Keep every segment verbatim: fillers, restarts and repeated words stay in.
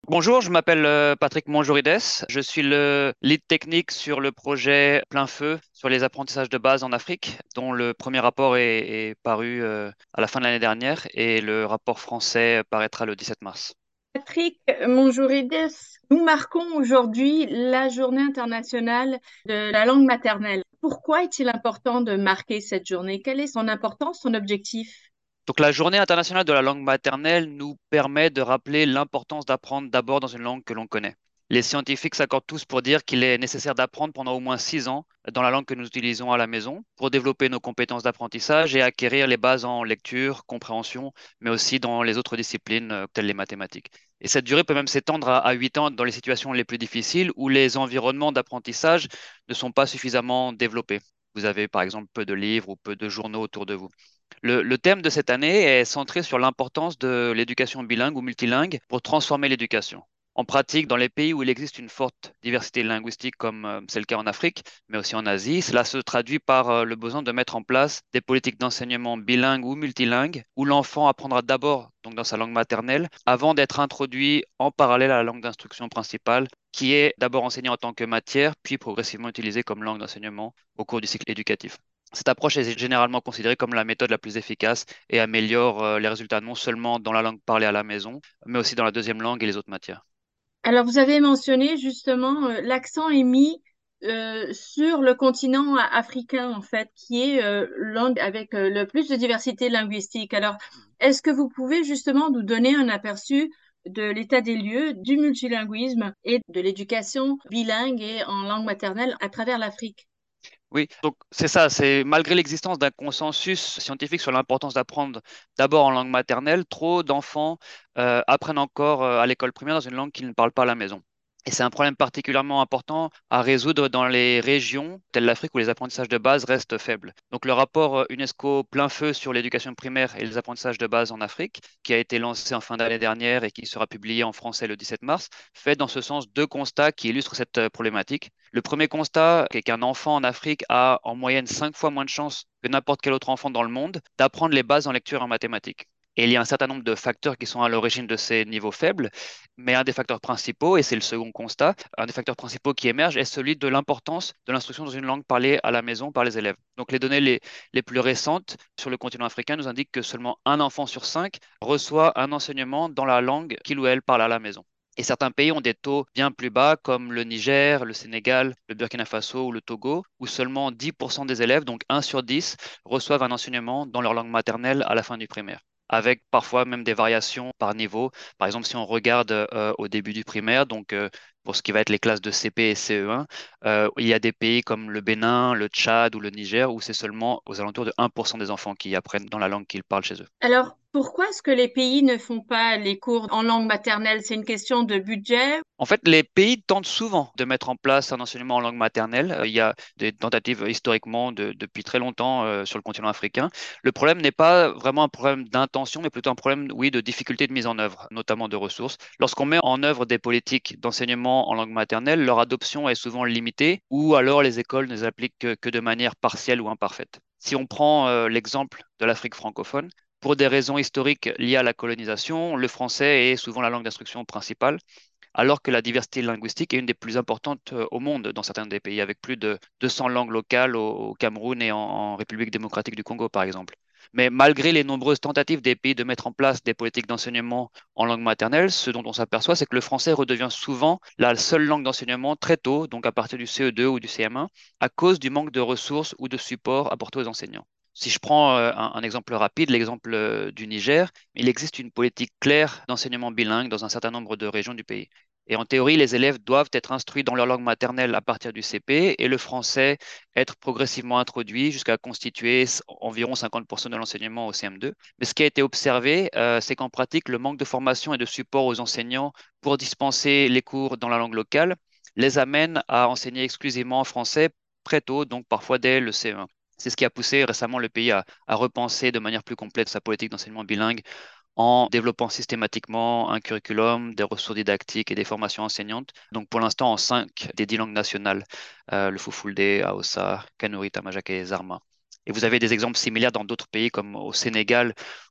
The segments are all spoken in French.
Bonjour, je m'appelle euh, Patrick Monjourides. Je suis le lead technique sur le projet Plein Feu sur les apprentissages de base en Afrique, dont le premier rapport est, est paru euh, à la fin de l'année dernière et le rapport français paraîtra le dix-sept mars. Patrick Monjourides, nous marquons aujourd'hui la Journée internationale de la langue maternelle. Pourquoi est-il important de marquer cette journée? Quelle est son importance, son objectif? Donc la Journée internationale de la langue maternelle nous permet de rappeler l'importance d'apprendre d'abord dans une langue que l'on connaît. Les scientifiques s'accordent tous pour dire qu'il est nécessaire d'apprendre pendant au moins six ans dans la langue que nous utilisons à la maison pour développer nos compétences d'apprentissage et acquérir les bases en lecture, compréhension, mais aussi dans les autres disciplines euh, telles les mathématiques. Et cette durée peut même s'étendre à, à huit ans dans les situations les plus difficiles où les environnements d'apprentissage ne sont pas suffisamment développés. Vous avez par exemple peu de livres ou peu de journaux autour de vous. Le, le thème de cette année est centré sur l'importance de l'éducation bilingue ou multilingue pour transformer l'éducation. En pratique, dans les pays où il existe une forte diversité linguistique, comme euh, c'est le cas en Afrique, mais aussi en Asie, cela se traduit par euh, le besoin de mettre en place des politiques d'enseignement bilingue ou multilingue, où l'enfant apprendra d'abord donc dans sa langue maternelle, avant d'être introduit en parallèle à la langue d'instruction principale, qui est d'abord enseignée en tant que matière, puis progressivement utilisée comme langue d'enseignement au cours du cycle éducatif. Cette approche est généralement considérée comme la méthode la plus efficace et améliore euh, les résultats non seulement dans la langue parlée à la maison, mais aussi dans la deuxième langue et les autres matières. Alors, vous avez mentionné justement, euh, l'accent est mis euh, sur le continent a- africain, en fait, qui est euh, langue avec euh, le plus de diversité linguistique. Alors, est-ce que vous pouvez justement nous donner un aperçu de l'état des lieux du multilinguisme et de l'éducation bilingue et en langue maternelle à travers l'Afrique? Oui, donc c'est ça, c'est malgré l'existence d'un consensus scientifique sur l'importance d'apprendre d'abord en langue maternelle, trop d'enfants euh, apprennent encore euh, à l'école primaire dans une langue qu'ils ne parlent pas à la maison. Et c'est un problème particulièrement important à résoudre dans les régions telles l'Afrique où les apprentissages de base restent faibles. Donc le rapport euh, UNESCO plein feu sur l'éducation primaire et les apprentissages de base en Afrique, qui a été lancé en fin d'année dernière et qui sera publié en français le dix-sept mars, fait dans ce sens deux constats qui illustrent cette euh, problématique. Le premier constat est qu'un enfant en Afrique a en moyenne cinq fois moins de chances que n'importe quel autre enfant dans le monde d'apprendre les bases en lecture et en mathématiques. Et il y a un certain nombre de facteurs qui sont à l'origine de ces niveaux faibles, mais un des facteurs principaux, et c'est le second constat, un des facteurs principaux qui émerge est celui de l'importance de l'instruction dans une langue parlée à la maison par les élèves. Donc les données les, les plus récentes sur le continent africain nous indiquent que seulement un enfant sur cinq reçoit un enseignement dans la langue qu'il ou elle parle à la maison. Et certains pays ont des taux bien plus bas, comme le Niger, le Sénégal, le Burkina Faso ou le Togo, où seulement dix pour cent des élèves, donc un sur dix, reçoivent un enseignement dans leur langue maternelle à la fin du primaire, avec parfois même des variations par niveau. Par exemple, si on regarde euh, au début du primaire, donc euh, pour ce qui va être les classes de C P et C E un, euh, il y a des pays comme le Bénin, le Tchad ou le Niger, où c'est seulement aux alentours de un pour cent des enfants qui apprennent dans la langue qu'ils parlent chez eux. Alors, pourquoi est-ce que les pays ne font pas les cours en langue maternelle? C'est une question de budget. En fait, les pays tentent souvent de mettre en place un enseignement en langue maternelle. Euh, il y a des tentatives historiquement de- depuis très longtemps euh, sur le continent africain. Le problème n'est pas vraiment un problème d'intention, mais plutôt un problème, oui, de difficulté de mise en œuvre, notamment de ressources. Lorsqu'on met en œuvre des politiques d'enseignement en langue maternelle, leur adoption est souvent limitée, ou alors les écoles ne les appliquent que, que de manière partielle ou imparfaite. Si on prend euh, l'exemple de l'Afrique francophone, pour des raisons historiques liées à la colonisation, le français est souvent la langue d'instruction principale alors que la diversité linguistique est une des plus importantes euh, au monde dans certains des pays, avec plus de deux cents langues locales au, au Cameroun et en, en République démocratique du Congo, par exemple. Mais malgré les nombreuses tentatives des pays de mettre en place des politiques d'enseignement en langue maternelle, ce dont on s'aperçoit, c'est que le français redevient souvent la seule langue d'enseignement très tôt, donc à partir du C E deux ou du C M un, à cause du manque de ressources ou de support apportés aux enseignants. Si je prends euh, un, un exemple rapide, l'exemple euh, du Niger, il existe une politique claire d'enseignement bilingue dans un certain nombre de régions du pays. Et en théorie, les élèves doivent être instruits dans leur langue maternelle à partir du C P et le français être progressivement introduit jusqu'à constituer s- environ cinquante pour cent de l'enseignement au C M deux. Mais ce qui a été observé, euh, c'est qu'en pratique, le manque de formation et de support aux enseignants pour dispenser les cours dans la langue locale les amène à enseigner exclusivement en français très tôt, donc parfois dès le C E un. C'est ce qui a poussé récemment le pays à, à repenser de manière plus complète sa politique d'enseignement bilingue en développant systématiquement un curriculum, des ressources didactiques et des formations enseignantes. Donc pour l'instant en cinq des dix langues nationales, euh, le Fulfulde, Hausa, Kanuri, Tamajak et Zarma. Et vous avez des exemples similaires dans d'autres pays comme au Sénégal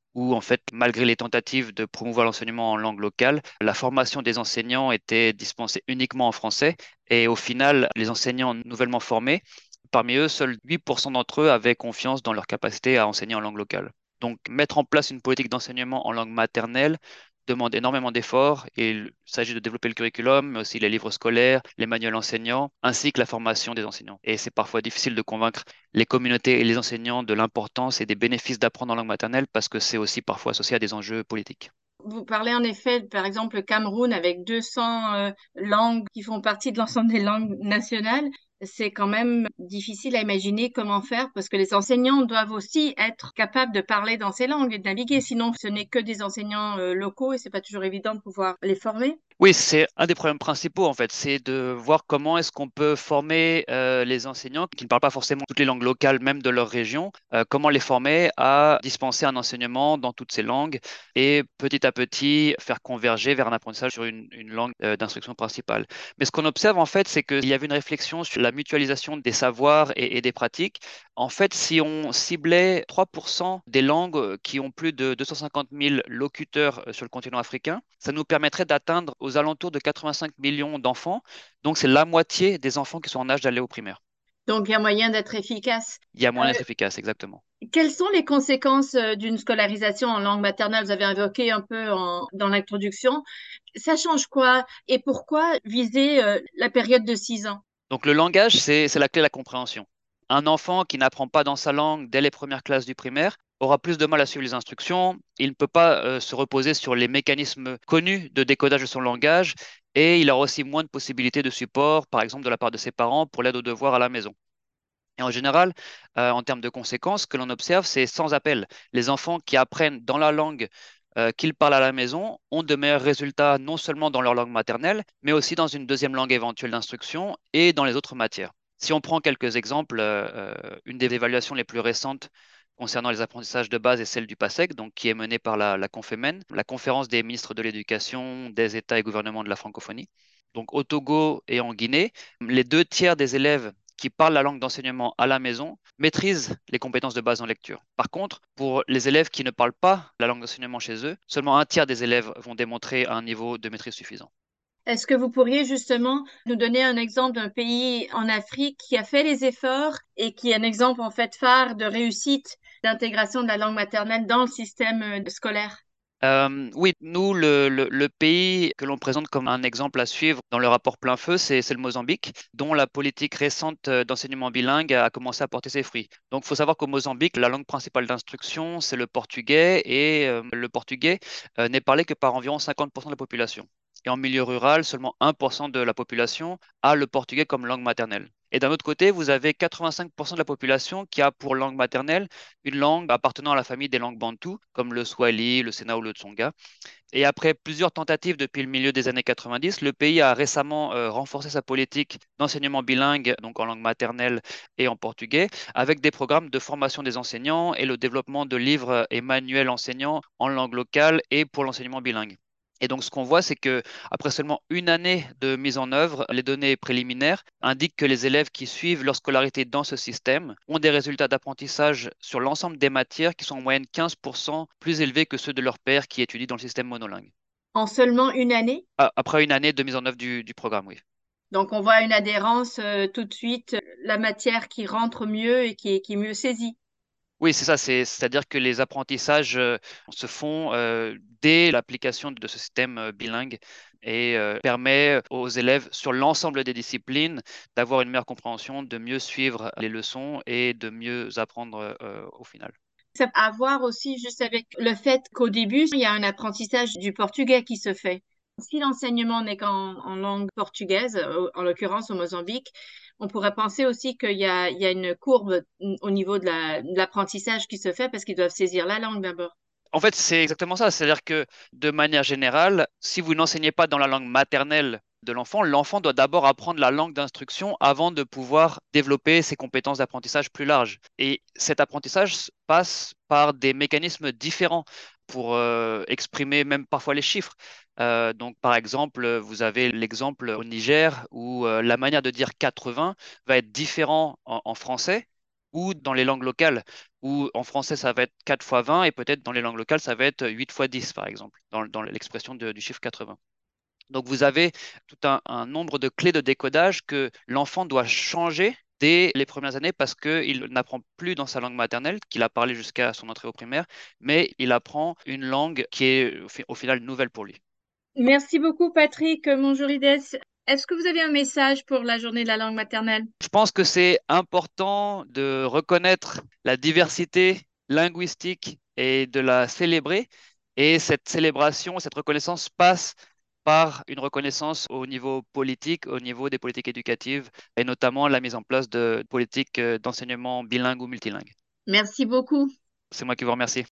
où en fait, malgré les tentatives de promouvoir l'enseignement en langue locale, la formation des enseignants était dispensée uniquement en français. Et au final, les enseignants nouvellement formés, parmi eux, seuls huit pour cent d'entre eux avaient confiance dans leur capacité à enseigner en langue locale. Donc, mettre en place une politique d'enseignement en langue maternelle demande énormément d'efforts et il s'agit de développer le curriculum, mais aussi les livres scolaires, les manuels enseignants, ainsi que la formation des enseignants. Et c'est parfois difficile de convaincre les communautés et les enseignants de l'importance et des bénéfices d'apprendre en langue maternelle parce que c'est aussi parfois associé à des enjeux politiques. Vous parlez en effet, par exemple, le Cameroun avec deux cents euh, langues qui font partie de l'ensemble des langues nationales. C'est quand même difficile à imaginer comment faire parce que les enseignants doivent aussi être capables de parler dans ces langues et de naviguer. Sinon, ce n'est que des enseignants euh, locaux et c'est pas toujours évident de pouvoir les former. Oui, c'est un des problèmes principaux en fait, c'est de voir comment est-ce qu'on peut former euh, les enseignants qui ne parlent pas forcément toutes les langues locales, même de leur région, euh, comment les former à dispenser un enseignement dans toutes ces langues et petit à petit faire converger vers un apprentissage sur une, une langue euh, d'instruction principale. Mais ce qu'on observe en fait, c'est qu'il y avait une réflexion sur la mutualisation des savoirs et, et des pratiques. En fait, si on ciblait trois pour cent des langues qui ont plus de deux cent cinquante mille locuteurs euh, sur le continent africain, ça nous permettrait d'atteindre aux alentours de quatre-vingt-cinq millions d'enfants. Donc, c'est la moitié des enfants qui sont en âge d'aller au primaire. Donc, il y a moyen d'être efficace. Il y a moyen Euh, d'être efficace, exactement. Quelles sont les conséquences euh, d'une scolarisation en langue maternelle? Vous avez évoqué un peu en- dans l'introduction. Ça change quoi et pourquoi viser euh, la période de six ans? Donc, le langage, c'est, c'est la clé de la compréhension. Un enfant qui n'apprend pas dans sa langue dès les premières classes du primaire aura plus de mal à suivre les instructions. Il ne peut pas euh, se reposer sur les mécanismes connus de décodage de son langage et il aura aussi moins de possibilités de support, par exemple de la part de ses parents, pour l'aide aux devoirs à la maison. Et en général, euh, en termes de conséquences, ce que l'on observe, c'est sans appel. Les enfants qui apprennent dans la langue euh, qu'ils parlent à la maison ont de meilleurs résultats non seulement dans leur langue maternelle, mais aussi dans une deuxième langue éventuelle d'instruction et dans les autres matières. Si on prend quelques exemples, euh, euh, une des évaluations les plus récentes concernant les apprentissages de base est celle du PASEC, donc qui est menée par la, la Confémen, la Conférence des ministres de l'Éducation des États et gouvernements de la francophonie. Donc au Togo et en Guinée, les deux tiers des élèves qui parlent la langue d'enseignement à la maison maîtrisent les compétences de base en lecture. Par contre, pour les élèves qui ne parlent pas la langue d'enseignement chez eux, seulement un tiers des élèves vont démontrer un niveau de maîtrise suffisant. Est-ce que vous pourriez justement nous donner un exemple d'un pays en Afrique qui a fait les efforts et qui est un exemple en fait phare de réussite d'intégration de la langue maternelle dans le système euh, scolaire? Euh, oui, nous, le, le- le pays que l'on présente comme un exemple à suivre dans le rapport plein feu, c'est c'est le Mozambique, dont la politique récente euh, d'enseignement bilingue a commencé à porter ses fruits. Donc, il faut savoir qu'au Mozambique, la langue principale d'instruction, c'est le portugais, et euh, le portugais euh, n'est parlé que par environ cinquante pour cent de la population. Et en milieu rural, seulement un pour cent de la population a le portugais comme langue maternelle. Et d'un autre côté, vous avez quatre-vingt-cinq pour cent de la population qui a pour langue maternelle une langue appartenant à la famille des langues bantoues, comme le swahili, le sena ou le tsonga. Et après plusieurs tentatives depuis le milieu des années quatre-vingt-dix, le pays a récemment euh, renforcé sa politique d'enseignement bilingue, donc en langue maternelle et en portugais, avec des programmes de formation des enseignants et le développement de livres et manuels enseignants en langue locale et pour l'enseignement bilingue. Et donc, ce qu'on voit, c'est que après seulement une année de mise en œuvre, les données préliminaires indiquent que les élèves qui suivent leur scolarité dans ce système ont des résultats d'apprentissage sur l'ensemble des matières qui sont en moyenne quinze pour cent plus élevés que ceux de leurs pairs qui étudient dans le système monolingue. En seulement une année? Ah, après une année de mise en œuvre du, du programme, oui. Donc on voit une adhérence euh, tout de suite, euh, la matière qui rentre mieux et qui est, qui est mieux saisie. Oui, c'est ça, c'est, c'est-à-dire que les apprentissages euh, se font euh, dès l'application de ce système euh, bilingue et euh, permet aux élèves sur l'ensemble des disciplines d'avoir une meilleure compréhension, de mieux suivre les leçons et de mieux apprendre euh, au final. Ça a à voir aussi juste avec le fait qu'au début, il y a un apprentissage du portugais qui se fait. Si l'enseignement n'est qu'en en langue portugaise, euh, en l'occurrence au Mozambique, on pourrait penser aussi qu'il y a, il y a une courbe mm, au niveau de la- de l'apprentissage qui se fait parce qu'ils doivent saisir la langue d'abord. En fait, c'est exactement ça. C'est-à-dire que de manière générale, si vous n'enseignez pas dans la langue maternelle de l'enfant, l'enfant doit d'abord apprendre la langue d'instruction avant de pouvoir développer ses compétences d'apprentissage plus larges. Et cet apprentissage passe par des mécanismes différents pour euh, exprimer même parfois les chiffres. Euh, donc, par exemple, vous avez l'exemple au Niger où euh, la manière de dire quatre-vingts va être différente en, en français ou dans les langues locales. où en français, ça va être quatre fois vingt, et peut-être dans les langues locales, ça va être huit fois dix, par exemple, dans, dans l'expression de- du chiffre quatre-vingts. Donc, vous avez tout un, un nombre de clés de décodage que l'enfant doit changer dès les premières années parce qu'il n'apprend plus dans sa langue maternelle, qu'il a parlé jusqu'à son entrée au primaire, mais il apprend une langue qui est au fi- au final nouvelle pour lui. Merci beaucoup, Patrick Monjorides. Est-ce que vous avez un message pour la journée de la langue maternelle? Je pense que c'est important de reconnaître la diversité linguistique et de la célébrer. Et cette célébration, cette reconnaissance passe par une reconnaissance au niveau politique, au niveau des politiques éducatives, et notamment la mise en place de politiques euh, d'enseignement bilingue ou multilingue. Merci beaucoup. C'est moi qui vous remercie.